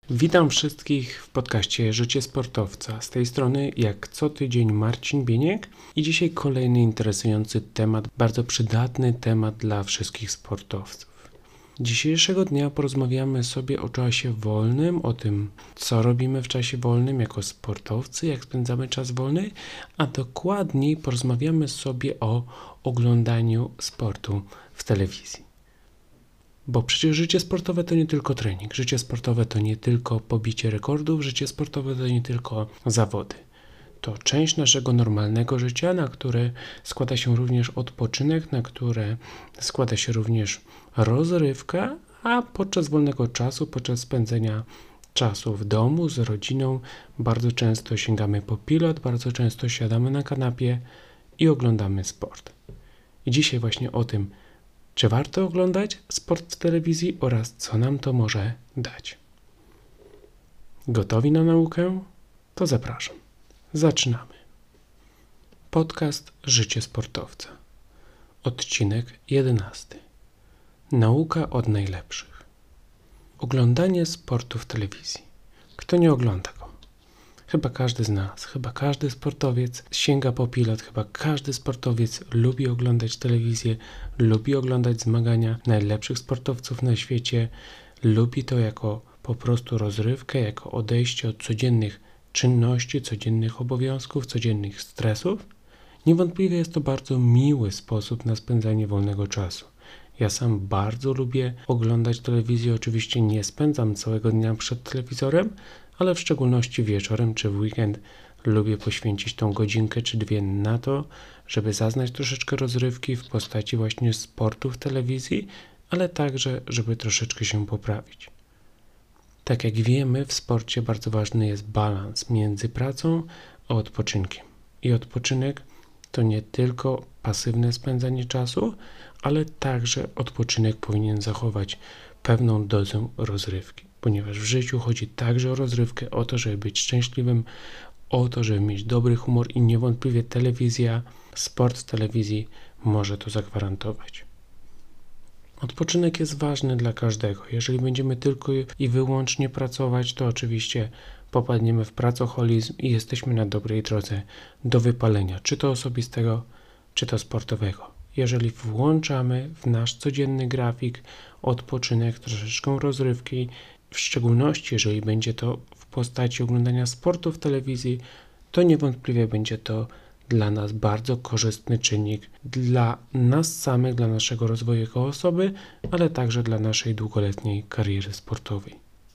Witam wszystkich w podcaście Życie Sportowca. Z tej strony jak co tydzień Marcin Bieniek i dzisiaj kolejny interesujący temat, bardzo przydatny temat dla wszystkich sportowców. Dzisiejszego dnia porozmawiamy sobie o czasie wolnym, o tym co robimy w czasie wolnym jako sportowcy, jak spędzamy czas wolny, a dokładniej porozmawiamy sobie o oglądaniu sportu w telewizji. Bo przecież życie sportowe to nie tylko trening, życie sportowe to nie tylko pobicie rekordów, życie sportowe to nie tylko zawody. To część naszego normalnego życia, na które składa się również odpoczynek, na które składa się również rozrywka, a podczas wolnego czasu, podczas spędzenia czasu w domu z rodziną bardzo często sięgamy po pilot, bardzo często siadamy na kanapie i oglądamy sport. I dzisiaj właśnie o tym, czy warto oglądać sport w telewizji oraz co nam to może dać. Gotowi na naukę? To zapraszam. Zaczynamy. Podcast Życie Sportowca. Odcinek 11. Nauka od najlepszych. Oglądanie sportu w telewizji. Kto nie ogląda go? Chyba każdy z nas, chyba każdy sportowiec sięga po pilot, chyba każdy sportowiec lubi oglądać telewizję, lubi oglądać zmagania najlepszych sportowców na świecie, lubi to jako po prostu rozrywkę, jako odejście od codziennych czynności, codziennych obowiązków, codziennych stresów. Niewątpliwie jest to bardzo miły sposób na spędzanie wolnego czasu. Ja sam bardzo lubię oglądać telewizję, oczywiście nie spędzam całego dnia przed telewizorem, ale w szczególności wieczorem czy w weekend lubię poświęcić tą godzinkę czy dwie na to, żeby zaznać troszeczkę rozrywki w postaci właśnie sportu w telewizji, ale także, żeby troszeczkę się poprawić. Tak jak wiemy, w sporcie bardzo ważny jest balans między pracą a odpoczynkiem. I odpoczynek to nie tylko pasywne spędzanie czasu, ale także odpoczynek powinien zachować pewną dozę rozrywki. Ponieważ w życiu chodzi także o rozrywkę, o to, żeby być szczęśliwym, o to, żeby mieć dobry humor i niewątpliwie telewizja, sport w telewizji może to zagwarantować. Odpoczynek jest ważny dla każdego. Jeżeli będziemy tylko i wyłącznie pracować, to oczywiście popadniemy w pracoholizm i jesteśmy na dobrej drodze do wypalenia, czy to osobistego, czy to sportowego. Jeżeli włączamy w nasz codzienny grafik odpoczynek, troszeczkę rozrywki, w szczególności jeżeli będzie to w postaci oglądania sportu w telewizji, to niewątpliwie będzie to dla nas bardzo korzystny czynnik dla nas samych, dla naszego rozwoju jako osoby, ale także dla naszej długoletniej kariery sportowej.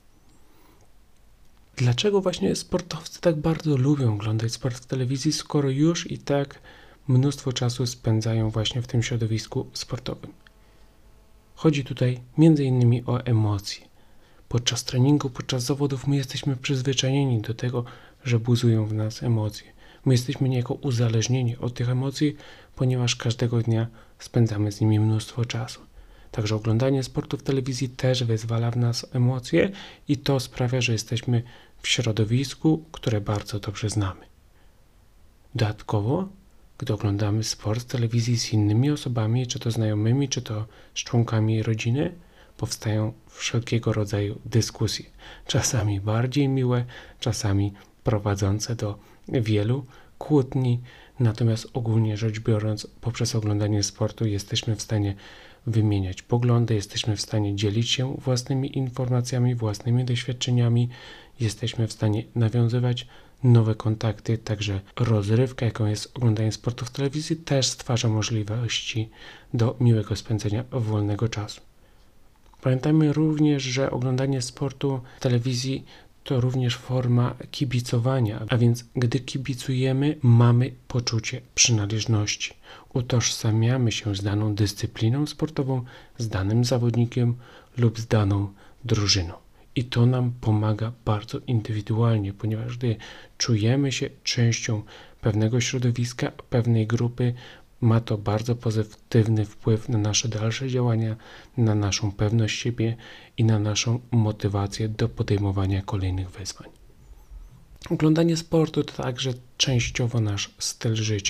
Dlaczego właśnie sportowcy tak bardzo lubią oglądać sport w telewizji, skoro już i tak mnóstwo czasu spędzają właśnie w tym środowisku sportowym? Chodzi tutaj m.in. o emocje. Podczas treningu, podczas zawodów my jesteśmy przyzwyczajeni do tego, że buzują w nas emocje. My jesteśmy niejako uzależnieni od tych emocji, ponieważ każdego dnia spędzamy z nimi mnóstwo czasu. Także oglądanie sportu w telewizji też wyzwala w nas emocje i to sprawia, że jesteśmy w środowisku, które bardzo dobrze znamy. Dodatkowo, gdy oglądamy sport w telewizji z innymi osobami, czy to znajomymi, czy to z członkami rodziny, powstają wszelkiego rodzaju dyskusje, czasami bardziej miłe, czasami prowadzące do wielu kłótni, natomiast ogólnie rzecz biorąc, poprzez oglądanie sportu jesteśmy w stanie wymieniać poglądy, jesteśmy w stanie dzielić się własnymi informacjami, własnymi doświadczeniami, jesteśmy w stanie nawiązywać nowe kontakty, także rozrywka, jaką jest oglądanie sportu w telewizji, też stwarza możliwości do miłego spędzenia wolnego czasu. Pamiętajmy również, że oglądanie sportu w telewizji to również forma kibicowania, a więc gdy kibicujemy, mamy poczucie przynależności. Utożsamiamy się z daną dyscypliną sportową, z danym zawodnikiem lub z daną drużyną. I to nam pomaga bardzo indywidualnie, ponieważ gdy czujemy się częścią pewnego środowiska, pewnej grupy, ma to bardzo pozytywny wpływ na nasze dalsze działania, na naszą pewność siebie i na naszą motywację do podejmowania kolejnych wyzwań. Oglądanie sportu to także częściowo nasz styl życia.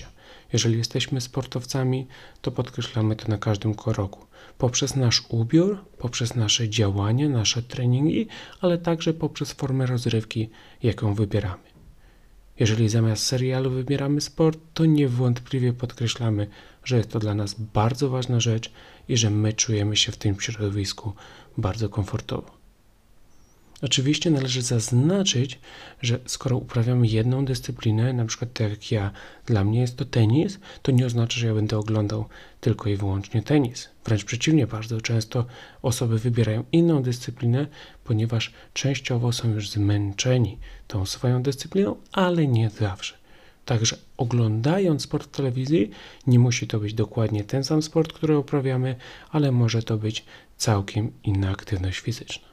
Jeżeli jesteśmy sportowcami, to podkreślamy to na każdym kroku. Poprzez nasz ubiór, poprzez nasze działania, nasze treningi, ale także poprzez formę rozrywki, jaką wybieramy. Jeżeli zamiast serialu wybieramy sport, to niewątpliwie podkreślamy, że jest to dla nas bardzo ważna rzecz i że my czujemy się w tym środowisku bardzo komfortowo. Oczywiście należy zaznaczyć, że skoro uprawiamy jedną dyscyplinę, na przykład tak jak ja, dla mnie jest to tenis, to nie oznacza, że ja będę oglądał tylko i wyłącznie tenis. Wręcz przeciwnie, bardzo często osoby wybierają inną dyscyplinę, ponieważ częściowo są już zmęczeni tą swoją dyscypliną, ale nie zawsze. Także oglądając sport w telewizji, nie musi to być dokładnie ten sam sport, który uprawiamy, ale może to być całkiem inna aktywność fizyczna.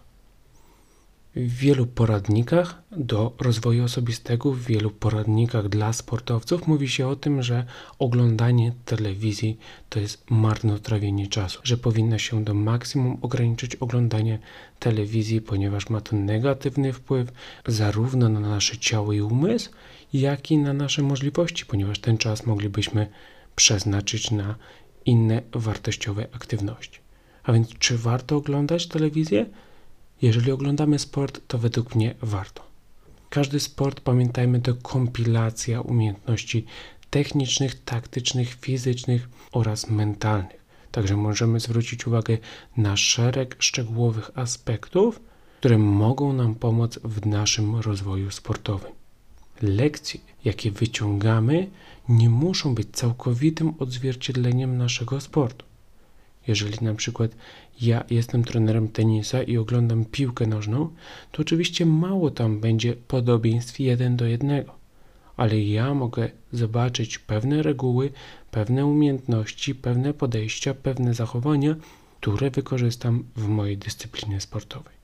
W wielu poradnikach do rozwoju osobistego, w wielu poradnikach dla sportowców mówi się o tym, że oglądanie telewizji to jest marnotrawienie czasu, że powinno się do maksimum ograniczyć oglądanie telewizji, ponieważ ma to negatywny wpływ zarówno na nasze ciało i umysł, jak i na nasze możliwości, ponieważ ten czas moglibyśmy przeznaczyć na inne wartościowe aktywności. A więc czy warto oglądać telewizję? Jeżeli oglądamy sport, to według mnie warto. Każdy sport, pamiętajmy, to kompilacja umiejętności technicznych, taktycznych, fizycznych oraz mentalnych. Także możemy zwrócić uwagę na szereg szczegółowych aspektów, które mogą nam pomóc w naszym rozwoju sportowym. Lekcje, jakie wyciągamy, nie muszą być całkowitym odzwierciedleniem naszego sportu. Jeżeli na przykład ja jestem trenerem tenisa i oglądam piłkę nożną, to oczywiście mało tam będzie podobieństw 1:1, ale ja mogę zobaczyć pewne reguły, pewne umiejętności, pewne podejścia, pewne zachowania, które wykorzystam w mojej dyscyplinie sportowej.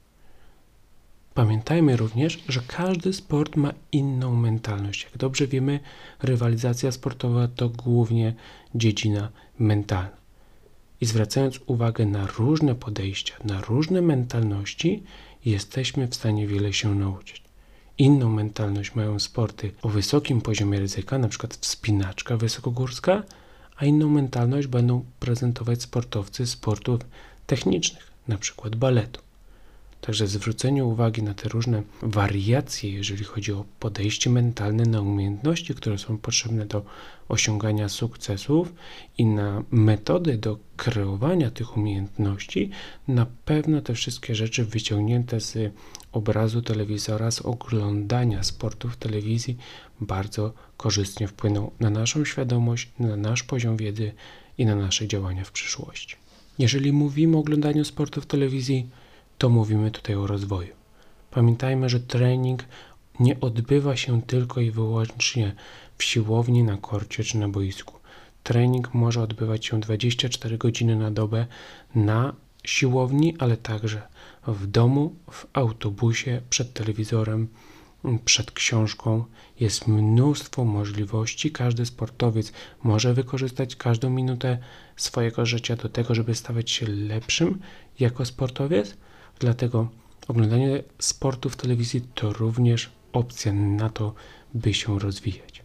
Pamiętajmy również, że każdy sport ma inną mentalność. Jak dobrze wiemy, rywalizacja sportowa to głównie dziedzina mentalna. I zwracając uwagę na różne podejścia, na różne mentalności, jesteśmy w stanie wiele się nauczyć. Inną mentalność mają sporty o wysokim poziomie ryzyka, np. wspinaczka wysokogórska, a inną mentalność będą prezentować sportowcy sportów technicznych, np. baletu. Także zwrócenie uwagi na te różne wariacje, jeżeli chodzi o podejście mentalne, na umiejętności, które są potrzebne do osiągania sukcesów i na metody do kreowania tych umiejętności, na pewno te wszystkie rzeczy wyciągnięte z obrazu telewizora, z oglądania sportu w telewizji bardzo korzystnie wpłyną na naszą świadomość, na nasz poziom wiedzy i na nasze działania w przyszłości. Jeżeli mówimy o oglądaniu sportu w telewizji, to mówimy tutaj o rozwoju. Pamiętajmy, że trening nie odbywa się tylko i wyłącznie w siłowni, na korcie czy na boisku. Trening może odbywać się 24 godziny na dobę na siłowni, ale także w domu, w autobusie, przed telewizorem, przed książką. Jest mnóstwo możliwości. Każdy sportowiec może wykorzystać każdą minutę swojego życia do tego, żeby stawać się lepszym jako sportowiec. Dlatego oglądanie sportu w telewizji to również opcja na to, by się rozwijać.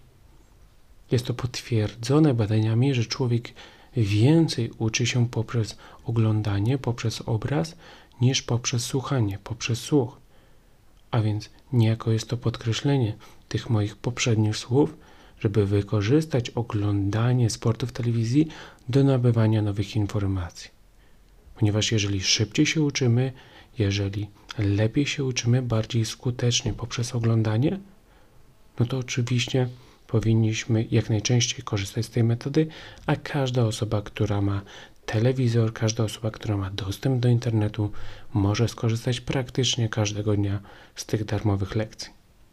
Jest to potwierdzone badaniami, że człowiek więcej uczy się poprzez oglądanie, poprzez obraz, niż poprzez słuchanie, poprzez słuch. A więc niejako jest to podkreślenie tych moich poprzednich słów, żeby wykorzystać oglądanie sportu w telewizji do nabywania nowych informacji. Ponieważ jeżeli szybciej się uczymy, jeżeli lepiej się uczymy, bardziej skutecznie poprzez oglądanie, no to oczywiście powinniśmy jak najczęściej korzystać z tej metody, a każda osoba, która ma telewizor, każda osoba, która ma dostęp do internetu, może skorzystać praktycznie każdego dnia z tych darmowych lekcji.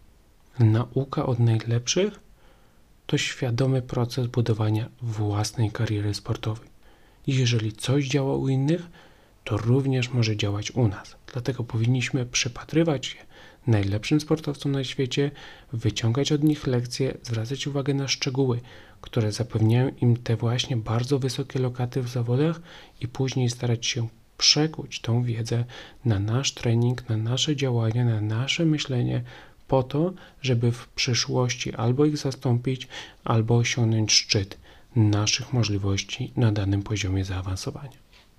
Nauka od najlepszych to świadomy proces budowania własnej kariery sportowej. I jeżeli coś działa u innych, to również może działać u nas. Dlatego powinniśmy przypatrywać się najlepszym sportowcom na świecie, wyciągać od nich lekcje, zwracać uwagę na szczegóły, które zapewniają im te właśnie bardzo wysokie lokaty w zawodach i później starać się przekuć tą wiedzę na nasz trening, na nasze działania, na nasze myślenie, po to, żeby w przyszłości albo ich zastąpić, albo osiągnąć szczyt naszych możliwości na danym poziomie zaawansowania.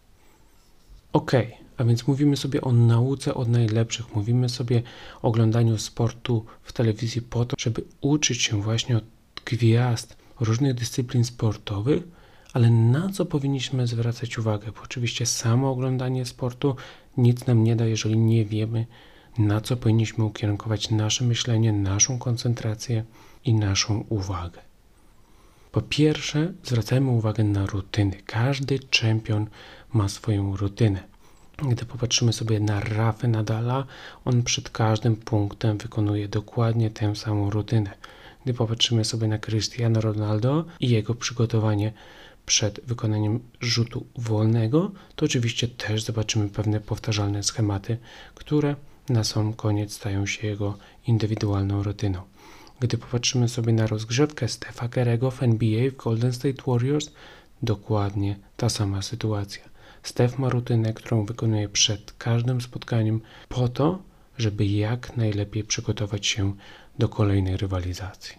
A więc mówimy sobie o nauce od najlepszych, mówimy sobie o oglądaniu sportu w telewizji po to, żeby uczyć się właśnie od gwiazd różnych dyscyplin sportowych, ale na co powinniśmy zwracać uwagę? Bo oczywiście samo oglądanie sportu nic nam nie da, jeżeli nie wiemy, na co powinniśmy ukierunkować nasze myślenie, naszą koncentrację i naszą uwagę. Po pierwsze, zwracajmy uwagę na rutyny. Każdy czempion ma swoją rutynę. Gdy popatrzymy sobie na Rafę Nadala, on przed każdym punktem wykonuje dokładnie tę samą rutynę. Gdy popatrzymy sobie na Cristiano Ronaldo i jego przygotowanie przed wykonaniem rzutu wolnego, to oczywiście też zobaczymy pewne powtarzalne schematy, które na sam koniec stają się jego indywidualną rutyną. Gdy popatrzymy sobie na rozgrzewkę Stepha Curry'ego w NBA w Golden State Warriors, dokładnie ta sama sytuacja. Steph ma rutynę, którą wykonuje przed każdym spotkaniem po to, żeby jak najlepiej przygotować się do kolejnej rywalizacji.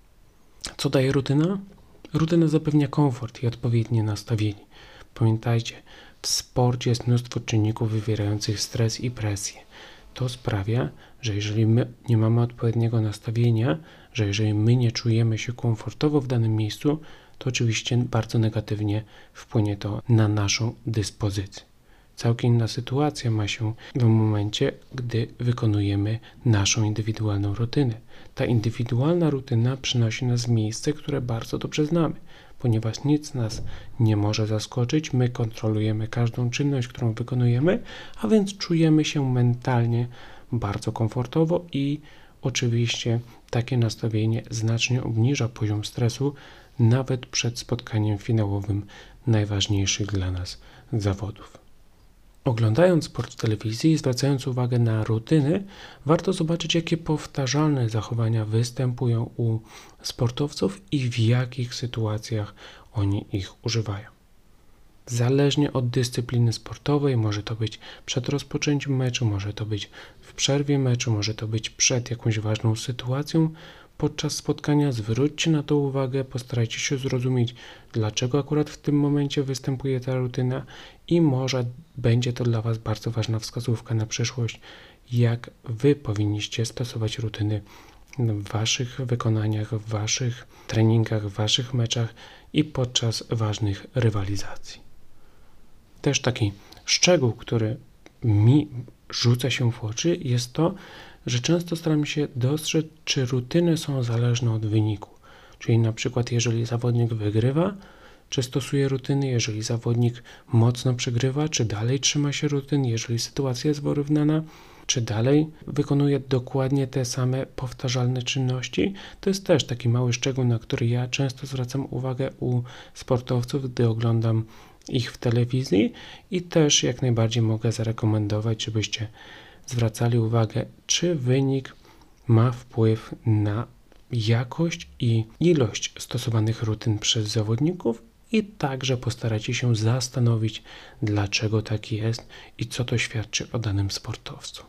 Co daje rutyna? Rutyna zapewnia komfort i odpowiednie nastawienie. Pamiętajcie, w sporcie jest mnóstwo czynników wywierających stres i presję. To sprawia, że jeżeli my nie mamy odpowiedniego nastawienia, że jeżeli my nie czujemy się komfortowo w danym miejscu, to oczywiście bardzo negatywnie wpłynie to na naszą dyspozycję. Całkiem inna sytuacja ma się w momencie, gdy wykonujemy naszą indywidualną rutynę. Ta indywidualna rutyna przynosi nas w miejsce, które bardzo dobrze znamy, ponieważ nic nas nie może zaskoczyć, my kontrolujemy każdą czynność, którą wykonujemy, a więc czujemy się mentalnie bardzo komfortowo i oczywiście takie nastawienie znacznie obniża poziom stresu nawet przed spotkaniem finałowym najważniejszych dla nas zawodów. Oglądając sport w telewizji i zwracając uwagę na rutyny, warto zobaczyć, jakie powtarzalne zachowania występują u sportowców i w jakich sytuacjach oni ich używają. Zależnie od dyscypliny sportowej, może to być przed rozpoczęciem meczu, może to być w przerwie meczu, może to być przed jakąś ważną sytuacją. Podczas spotkania zwróćcie na to uwagę, postarajcie się zrozumieć, dlaczego akurat w tym momencie występuje ta rutyna i może będzie to dla Was bardzo ważna wskazówka na przyszłość, jak Wy powinniście stosować rutyny w Waszych wykonaniach, w Waszych treningach, w Waszych meczach i podczas ważnych rywalizacji. Też taki szczegół, który mi rzuca się w oczy, jest to, że często staram się dostrzec, czy rutyny są zależne od wyniku. Czyli na przykład jeżeli zawodnik wygrywa, czy stosuje rutyny, jeżeli zawodnik mocno przegrywa, czy dalej trzyma się rutyn, jeżeli sytuacja jest wyrównana, czy dalej wykonuje dokładnie te same powtarzalne czynności. To jest też taki mały szczegół, na który ja często zwracam uwagę u sportowców, gdy oglądam ich w telewizji i też jak najbardziej mogę zarekomendować, żebyście zwracali uwagę, czy wynik ma wpływ na jakość i ilość stosowanych rutyn przez zawodników i także postarajcie się zastanowić, dlaczego tak jest i co to świadczy o danym sportowcu.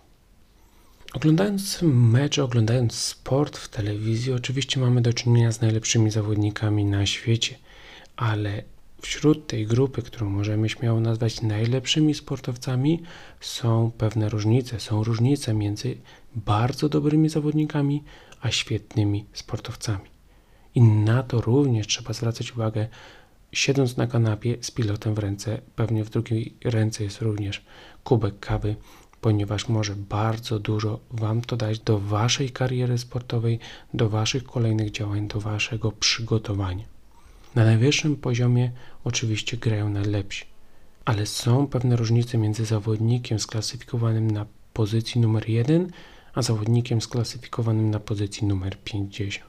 Oglądając mecze, oglądając sport w telewizji, oczywiście mamy do czynienia z najlepszymi zawodnikami na świecie, ale wśród tej grupy, którą możemy śmiało nazwać najlepszymi sportowcami, są pewne różnice. Są różnice między bardzo dobrymi zawodnikami, a świetnymi sportowcami. I na to również trzeba zwracać uwagę, siedząc na kanapie z pilotem w ręce. Pewnie w drugiej ręce jest również kubek kawy, ponieważ może bardzo dużo Wam to dać do Waszej kariery sportowej, do Waszych kolejnych działań, do Waszego przygotowania. Na najwyższym poziomie oczywiście grają najlepsi, ale są pewne różnice między zawodnikiem sklasyfikowanym na pozycji numer 1, a zawodnikiem sklasyfikowanym na pozycji numer 50.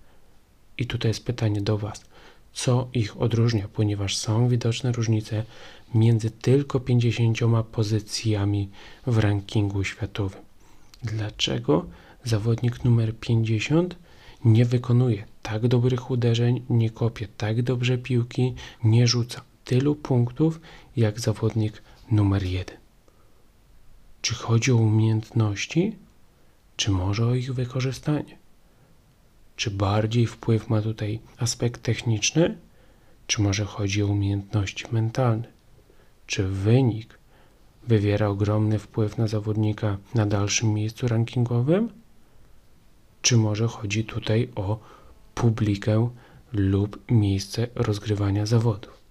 I tutaj jest pytanie do Was, co ich odróżnia, ponieważ są widoczne różnice między tylko 50 pozycjami w rankingu światowym. Dlaczego zawodnik numer 50 nie wykonuje tak dobrych uderzeń, nie kopie tak dobrze piłki, nie rzuca tylu punktów jak zawodnik numer 1? Czy chodzi o umiejętności, czy może o ich wykorzystanie? Czy bardziej wpływ ma tutaj aspekt techniczny, Czy może chodzi o umiejętności mentalne? Czy wynik wywiera ogromny wpływ na zawodnika na dalszym miejscu rankingowym? Czy może chodzi tutaj o publikę lub miejsce rozgrywania zawodów?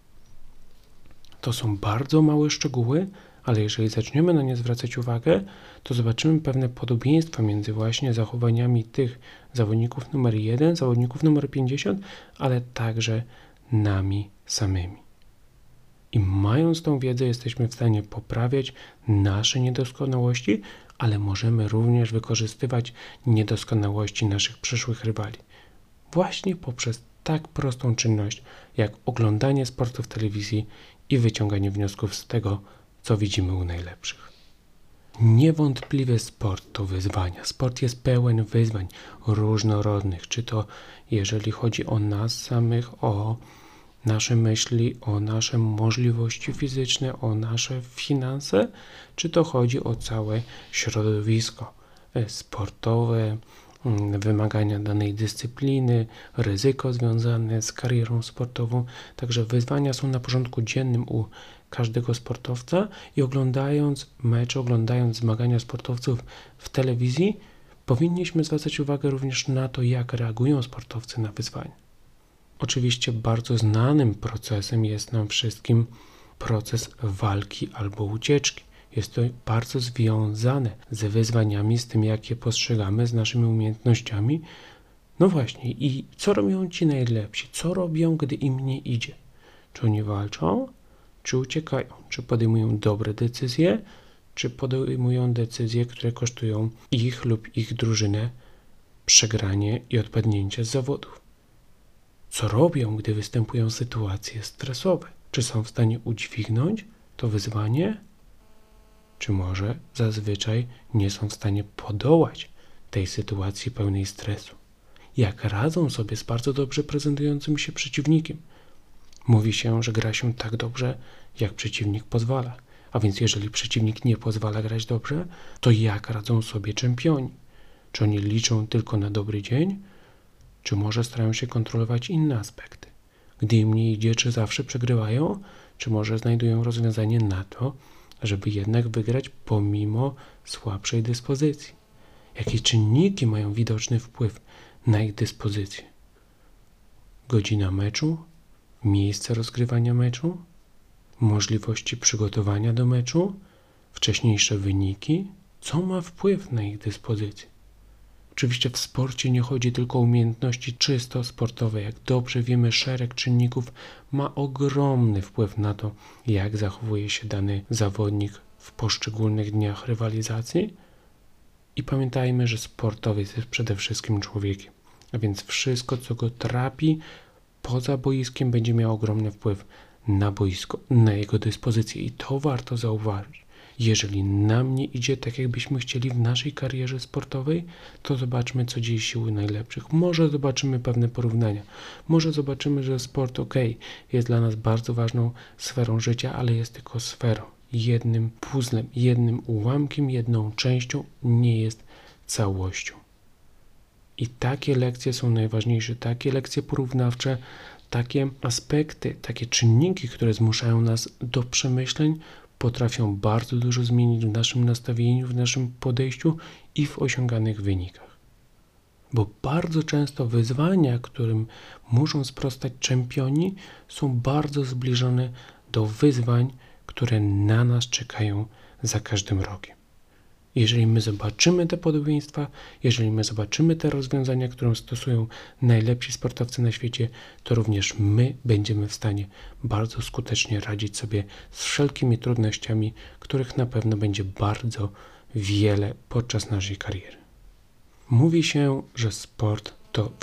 To są bardzo małe szczegóły, ale jeżeli zaczniemy na nie zwracać uwagę, to zobaczymy pewne podobieństwa między właśnie zachowaniami tych zawodników numer 1, zawodników numer 50, ale także nami samymi. I mając tą wiedzę, jesteśmy w stanie poprawiać nasze niedoskonałości, ale możemy również wykorzystywać niedoskonałości naszych przyszłych rywali. Właśnie poprzez tak prostą czynność, jak oglądanie sportu w telewizji i wyciąganie wniosków z tego, co widzimy u najlepszych. Niewątpliwie sport to wyzwania. Sport jest pełen wyzwań różnorodnych, czy to jeżeli chodzi o nas samych, o nasze myśli, o nasze możliwości fizyczne, o nasze finanse, czy to chodzi o całe środowisko sportowe, wymagania danej dyscypliny, ryzyko związane z karierą sportową. Także wyzwania są na porządku dziennym u każdego sportowca i oglądając mecze, oglądając zmagania sportowców w telewizji, powinniśmy zwracać uwagę również na to, jak reagują sportowcy na wyzwania. Oczywiście bardzo znanym procesem jest nam wszystkim proces walki albo ucieczki. Jest to bardzo związane ze wyzwaniami, z tym, jak je postrzegamy, z naszymi umiejętnościami. No właśnie, i co robią ci najlepsi? Co robią, gdy im nie idzie? Czy oni walczą? Czy uciekają? Czy podejmują dobre decyzje? Czy podejmują decyzje, które kosztują ich lub ich drużynę przegranie i odpadnięcie z zawodów? Co robią, gdy występują sytuacje stresowe? Czy są w stanie udźwignąć to wyzwanie? Czy może zazwyczaj nie są w stanie podołać tej sytuacji pełnej stresu? Jak radzą sobie z bardzo dobrze prezentującym się przeciwnikiem? Mówi się, że gra się tak dobrze, jak przeciwnik pozwala. A więc jeżeli przeciwnik nie pozwala grać dobrze, to jak radzą sobie czempioni? Czy oni liczą tylko na dobry dzień? Czy może starają się kontrolować inne aspekty? Gdy im nie idzie, czy zawsze przegrywają? Czy może znajdują rozwiązanie na to, żeby jednak wygrać pomimo słabszej dyspozycji? Jakie czynniki mają widoczny wpływ na ich dyspozycję? Godzina meczu? Miejsce rozgrywania meczu? Możliwości przygotowania do meczu? Wcześniejsze wyniki? Co ma wpływ na ich dyspozycję? Oczywiście w sporcie nie chodzi tylko o umiejętności czysto sportowe. Jak dobrze wiemy, szereg czynników ma ogromny wpływ na to, jak zachowuje się dany zawodnik w poszczególnych dniach rywalizacji. I pamiętajmy, że sportowiec jest przede wszystkim człowiekiem, a więc wszystko, co go trapi poza boiskiem, będzie miało ogromny wpływ na boisko, na jego dyspozycję i to warto zauważyć. Jeżeli nam nie idzie tak, jakbyśmy chcieli w naszej karierze sportowej, to zobaczmy, co dzieje się u najlepszych. Może zobaczymy pewne porównania. Może zobaczymy, że sport jest dla nas bardzo ważną sferą życia, ale jest tylko sferą, jednym puzzlem, jednym ułamkiem, jedną częścią, nie jest całością. I takie lekcje są najważniejsze, takie lekcje porównawcze, takie aspekty, takie czynniki, które zmuszają nas do przemyśleń, potrafią bardzo dużo zmienić w naszym nastawieniu, w naszym podejściu i w osiąganych wynikach. Bo bardzo często wyzwania, którym muszą sprostać czempioni, są bardzo zbliżone do wyzwań, które na nas czekają za każdym rogiem. Jeżeli my zobaczymy te podobieństwa, jeżeli my zobaczymy te rozwiązania, które stosują najlepsi sportowcy na świecie, to również my będziemy w stanie bardzo skutecznie radzić sobie z wszelkimi trudnościami, których na pewno będzie bardzo wiele podczas naszej kariery. Mówi się, że sport to w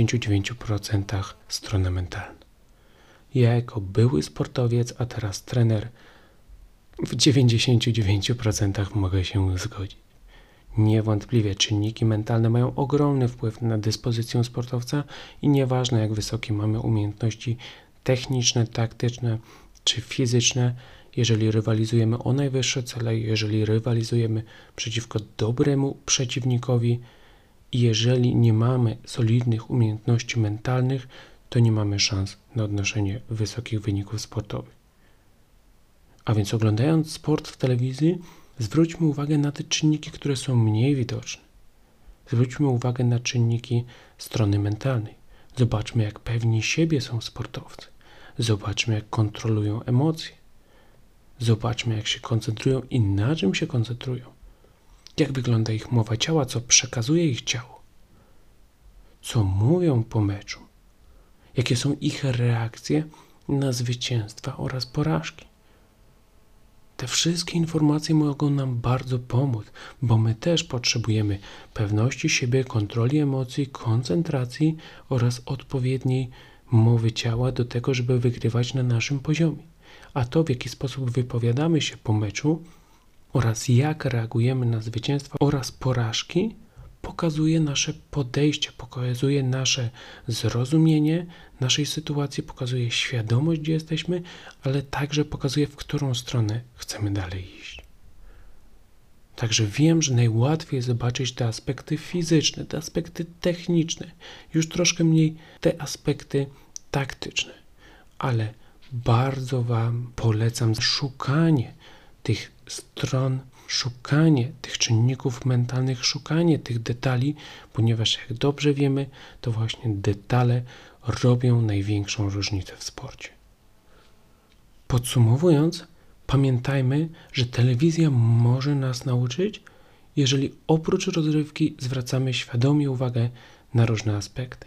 99% strona mentalna. Ja jako były sportowiec, a teraz trener, w 99% mogę się zgodzić. Niewątpliwie czynniki mentalne mają ogromny wpływ na dyspozycję sportowca i nieważne, jak wysokie mamy umiejętności techniczne, taktyczne czy fizyczne, jeżeli rywalizujemy o najwyższe cele, jeżeli rywalizujemy przeciwko dobremu przeciwnikowi i jeżeli nie mamy solidnych umiejętności mentalnych, to nie mamy szans na odnoszenie wysokich wyników sportowych. A więc oglądając sport w telewizji, zwróćmy uwagę na te czynniki, które są mniej widoczne. Zwróćmy uwagę na czynniki strony mentalnej. Zobaczmy, jak pewni siebie są sportowcy. Zobaczmy, jak kontrolują emocje. Zobaczmy, jak się koncentrują i na czym się koncentrują. Jak wygląda ich mowa ciała, co przekazuje ich ciało. Co mówią po meczu. Jakie są ich reakcje na zwycięstwa oraz porażki. Te wszystkie informacje mogą nam bardzo pomóc, bo my też potrzebujemy pewności siebie, kontroli emocji, koncentracji oraz odpowiedniej mowy ciała do tego, żeby wygrywać na naszym poziomie. A to, w jaki sposób wypowiadamy się po meczu oraz jak reagujemy na zwycięstwa oraz porażki, pokazuje nasze podejście, pokazuje nasze zrozumienie naszej sytuacji, pokazuje świadomość, gdzie jesteśmy, ale także pokazuje, w którą stronę chcemy dalej iść. Także wiem, że najłatwiej jest zobaczyć te aspekty fizyczne, te aspekty techniczne, już troszkę mniej te aspekty taktyczne, ale bardzo Wam polecam szukanie tych stron, szukanie tych czynników mentalnych, szukanie tych detali, ponieważ jak dobrze wiemy, to właśnie detale robią największą różnicę w sporcie. Podsumowując, pamiętajmy, że telewizja może nas nauczyć, jeżeli oprócz rozrywki zwracamy świadomie uwagę na różne aspekty.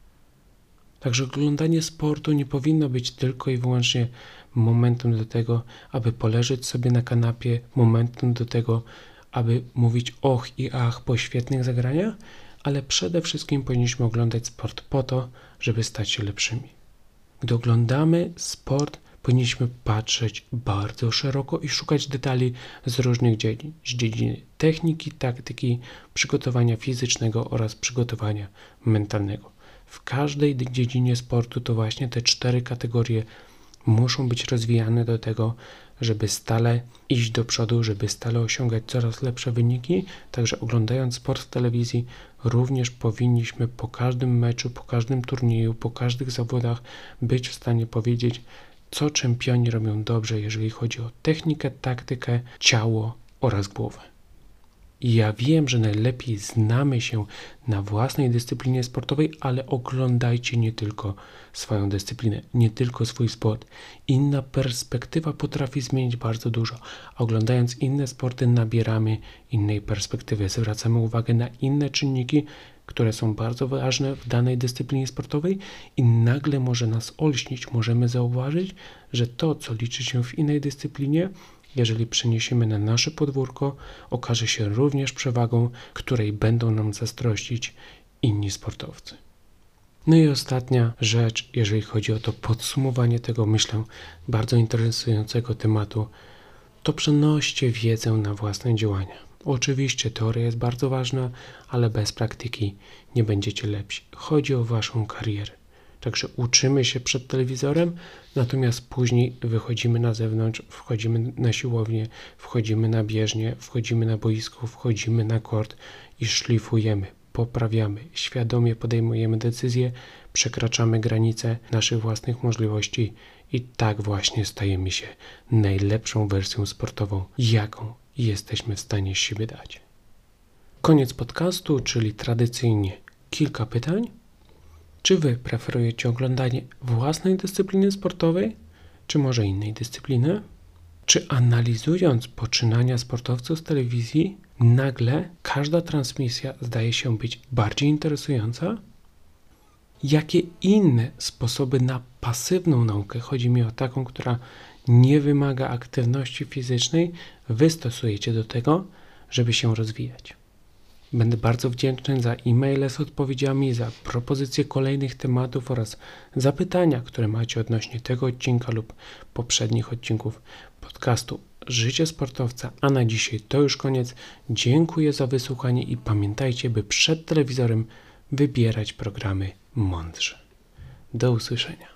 Także oglądanie sportu nie powinno być tylko i wyłącznie momentem do tego, aby poleżeć sobie na kanapie, momentem do tego, aby mówić och i ach po świetnych zagraniach, ale przede wszystkim powinniśmy oglądać sport po to, żeby stać się lepszymi. Gdy oglądamy sport, powinniśmy patrzeć bardzo szeroko i szukać detali z różnych dziedzin, z dziedziny techniki, taktyki, przygotowania fizycznego oraz przygotowania mentalnego. W każdej dziedzinie sportu to właśnie te 4 kategorie muszą być rozwijane do tego, żeby stale iść do przodu, żeby stale osiągać coraz lepsze wyniki. Także oglądając sport w telewizji również powinniśmy po każdym meczu, po każdym turnieju, po każdych zawodach być w stanie powiedzieć, co czempioni robią dobrze, jeżeli chodzi o technikę, taktykę, ciało oraz głowę. I ja wiem, że najlepiej znamy się na własnej dyscyplinie sportowej, ale oglądajcie nie tylko swoją dyscyplinę, nie tylko swój sport. Inna perspektywa potrafi zmienić bardzo dużo. Oglądając inne sporty nabieramy innej perspektywy, zwracamy uwagę na inne czynniki, które są bardzo ważne w danej dyscyplinie sportowej i nagle może nas olśnić. Możemy zauważyć, że to, co liczy się w innej dyscyplinie, jeżeli przeniesiemy na nasze podwórko, okaże się również przewagą, której będą nam zazdrościć inni sportowcy. No i ostatnia rzecz, jeżeli chodzi o to podsumowanie tego, myślę, bardzo interesującego tematu, to przenoście wiedzę na własne działania. Oczywiście teoria jest bardzo ważna, ale bez praktyki nie będziecie lepsi. Chodzi o waszą karierę. Także uczymy się przed telewizorem, natomiast później wychodzimy na zewnątrz, wchodzimy na siłownię, wchodzimy na bieżnię, wchodzimy na boisko, wchodzimy na kort i szlifujemy, poprawiamy, świadomie podejmujemy decyzje, przekraczamy granice naszych własnych możliwości i tak właśnie stajemy się najlepszą wersją sportową, jaką jesteśmy w stanie z siebie dać. Koniec podcastu, czyli tradycyjnie kilka pytań. Czy Wy preferujecie oglądanie własnej dyscypliny sportowej, czy może innej dyscypliny? Czy analizując poczynania sportowców z telewizji, nagle każda transmisja zdaje się być bardziej interesująca? Jakie inne sposoby na pasywną naukę, chodzi mi o taką, która nie wymaga aktywności fizycznej, Wy stosujecie do tego, żeby się rozwijać? Będę bardzo wdzięczny za e-maile z odpowiedziami, za propozycje kolejnych tematów oraz zapytania, które macie odnośnie tego odcinka lub poprzednich odcinków podcastu Życie Sportowca. A na dzisiaj to już koniec. Dziękuję za wysłuchanie i pamiętajcie, by przed telewizorem wybierać programy mądrze. Do usłyszenia.